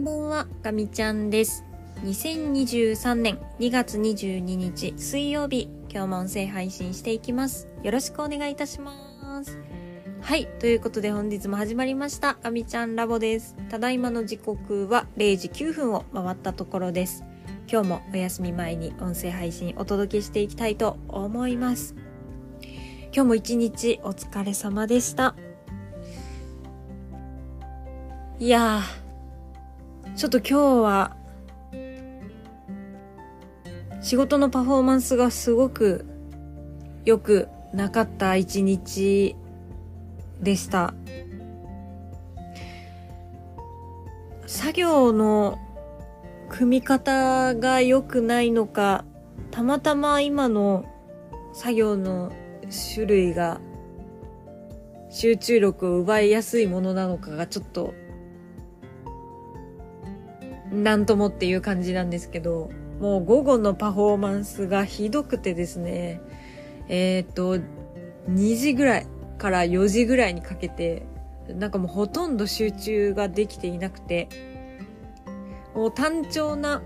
ばんは、ガミちゃんです。2023年2月22日水曜日、今日も音声配信していきます。よろしくお願いいたします。はい、ということで本日も始まりました、ガミちゃんラボです。ただいまの時刻は0時9分を回ったところです。今日もお休み前に音声配信お届けしていきたいと思います。今日も一日お疲れ様でした。いやー、ちょっと今日は仕事のパフォーマンスがすごく良くなかった一日でした。作業の組み方が良くないのか、たまたま今の作業の種類が集中力を奪いやすいものなのかがちょっとなんともっていう感じなんですけど、もう午後のパフォーマンスがひどくてですね、2時ぐらいから4時ぐらいにかけて、なんかもうほとんど集中ができていなくて、もう単調な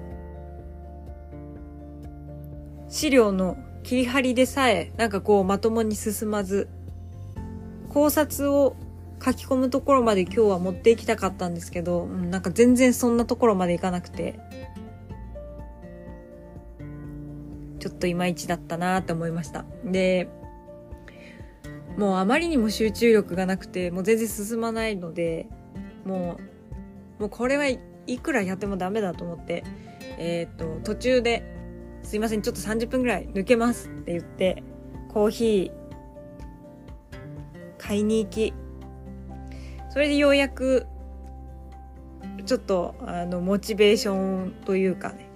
資料の切り張りでさえ、なんかこうまともに進まず、考察を書き込むところまで今日は持っていきたかったんですけど、なんか全然そんなところまでいかなくて、ちょっといまいちだったなって思いました。で、もうあまりにも集中力がなくて、もう全然進まないので、もうこれはいくらやってもダメだと思って、途中で、すいません、ちょっと30分ぐらい抜けますって言って、コーヒー買いに行き、それでようやくちょっとモチベーションというかね、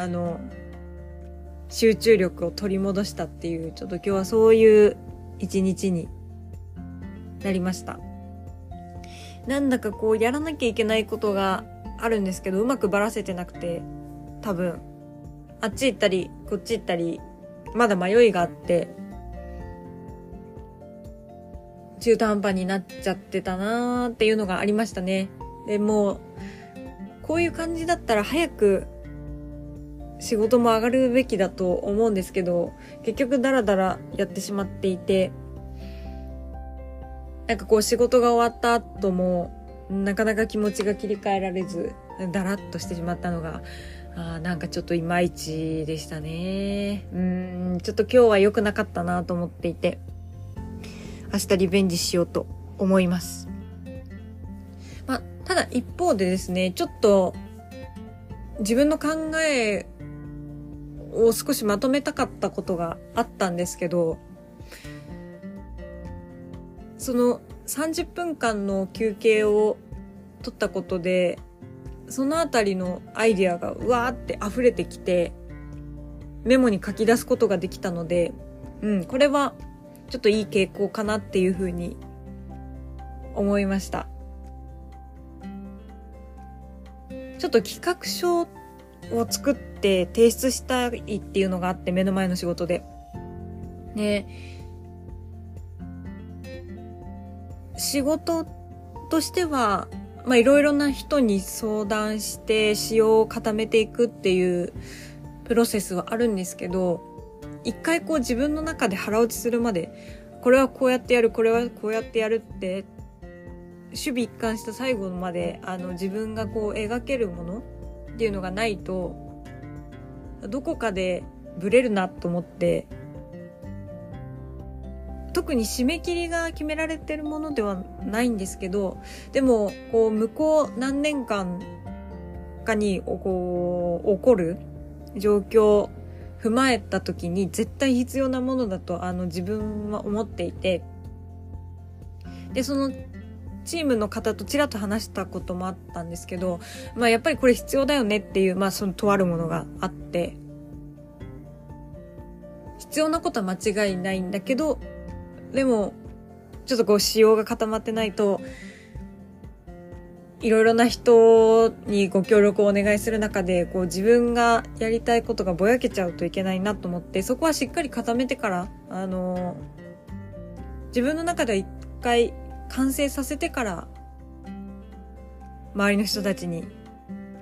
集中力を取り戻したっていう、ちょっと今日はそういう一日になりました。なんだかこうやらなきゃいけないことがあるんですけど、うまくばらせてなくて、多分あっち行ったりこっち行ったり、まだ迷いがあって中途半端になっちゃってたなーっていうのがありましたね。でもこういう感じだったら早く仕事も上がるべきだと思うんですけど、結局ダラダラやってしまっていて、なんかこう仕事が終わった後もなかなか気持ちが切り替えられず、ダラッとしてしまったのがなんかちょっといまいちでしたね。ちょっと今日は良くなかったなと思っていて、明日リベンジしようと思います。ただ一方でですね、ちょっと自分の考えを少しまとめたかったことがあったんですけど、その30分間の休憩を取ったことで、そのあたりのアイディアがうわーって溢れてきて、メモに書き出すことができたので、これはちょっといい傾向かなっていうふうに思いました。ちょっと企画書を作って提出したいっていうのがあって、目の前の仕事で。ね、仕事としてはいろいろな人に相談して仕様を固めていくっていうプロセスはあるんですけど、一回こう自分の中で腹落ちするまで、これはこうやってやる、これはこうやってやるって守備一貫した最後まで自分がこう描けるものっていうのがないと、どこかでブレるなと思って、特に締め切りが決められてるものではないんですけど、でもこう向こう何年間かにこう起こる状況を踏まえた時に絶対必要なものだと自分は思っていて、でそのチームの方とちらっと話したこともあったんですけど、やっぱりこれ必要だよねっていう、そのとあるものがあって、必要なことは間違いないんだけど、でもちょっとこう仕様が固まってないと、いろいろな人にご協力をお願いする中で、こう自分がやりたいことがぼやけちゃうといけないなと思って、そこはしっかり固めてから自分の中では一回完成させてから周りの人たちに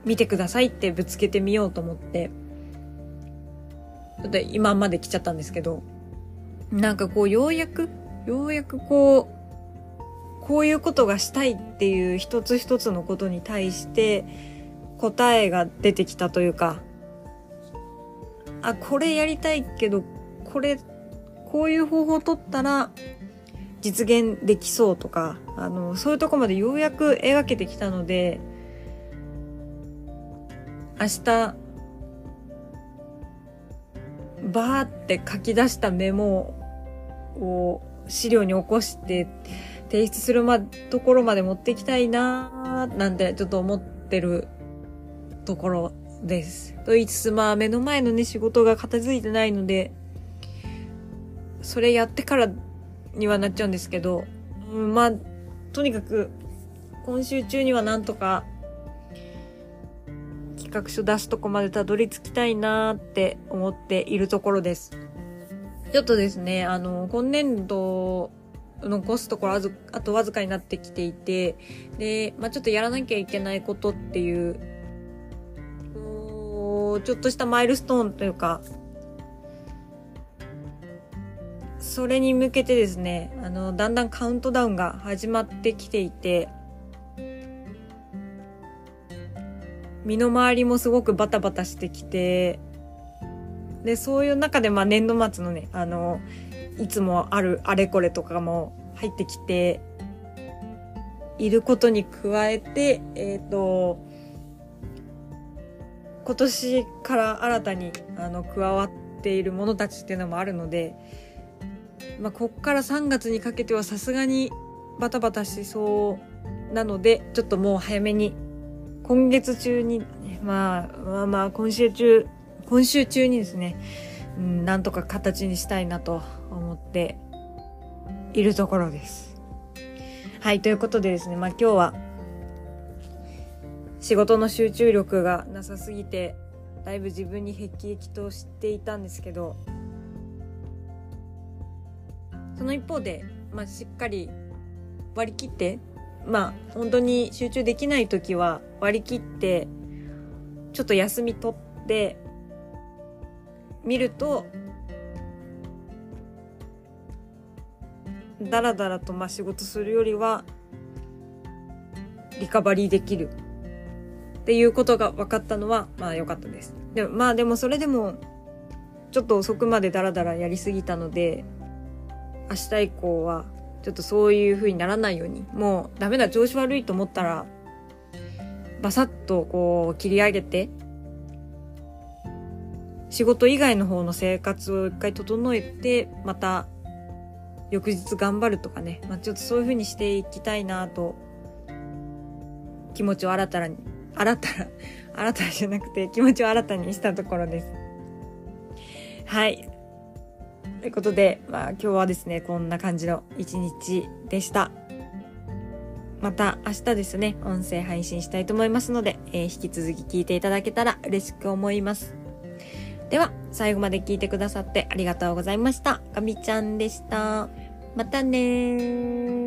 見てくださいってぶつけてみようと思って、ちょっと今まで来ちゃったんですけど、なんかこうようやくこういうことがしたいっていう一つ一つのことに対して答えが出てきたというか、これやりたいけど、こういう方法を取ったら実現できそうとか、そういうとこまでようやく描けてきたので、明日バーって書き出したメモを資料に起こして提出するところまで持っていきたいなーなんてちょっと思ってるところです。と言いつつ、目の前のね仕事が片付いてないので、それやってからにはなっちゃうんですけど、とにかく今週中にはなんとか企画書出すとこまでたどり着きたいなーって思っているところです。ちょっとですね、今年度残すところあとわずかになってきていて、で、ちょっとやらなきゃいけないことっていう、ちょっとしたマイルストーンというか、それに向けてですね、だんだんカウントダウンが始まってきていて、身の回りもすごくバタバタしてきて、で、そういう中で年度末のね、いつもあるあれこれとかも入ってきていることに加えて、今年から新たに加わっているものたちっていうのもあるので、こっから3月にかけてはさすがにバタバタしそうなので、ちょっともう早めに今月中に、今週中にですね、なんとか形にしたいなと思っているところです。はい、ということでですね、今日は仕事の集中力がなさすぎて、だいぶ自分に辟易としていたんですけど、その一方で、しっかり割り切って、本当に集中できないときは割り切って、ちょっと休み取ってみると、だらだらと仕事するよりはリカバリーできるっていうことが分かったのは良かったです。でもそれでもちょっと遅くまでだらだらやりすぎたので、明日以降はちょっとそういう風にならないように、もうダメだ、調子悪いと思ったらバサッとこう切り上げて、仕事以外の方の生活を一回整えて、また翌日頑張るとかね、ちょっとそういう風にしていきたいなと、気持ちを新たにじゃなくて気持ちを新たにしたところです。はい、ということで、今日はですね、こんな感じの一日でした。また明日ですね、音声配信したいと思いますので、引き続き聞いていただけたら嬉しく思います。では、最後まで聞いてくださってありがとうございました。かみちゃんでした。またねー。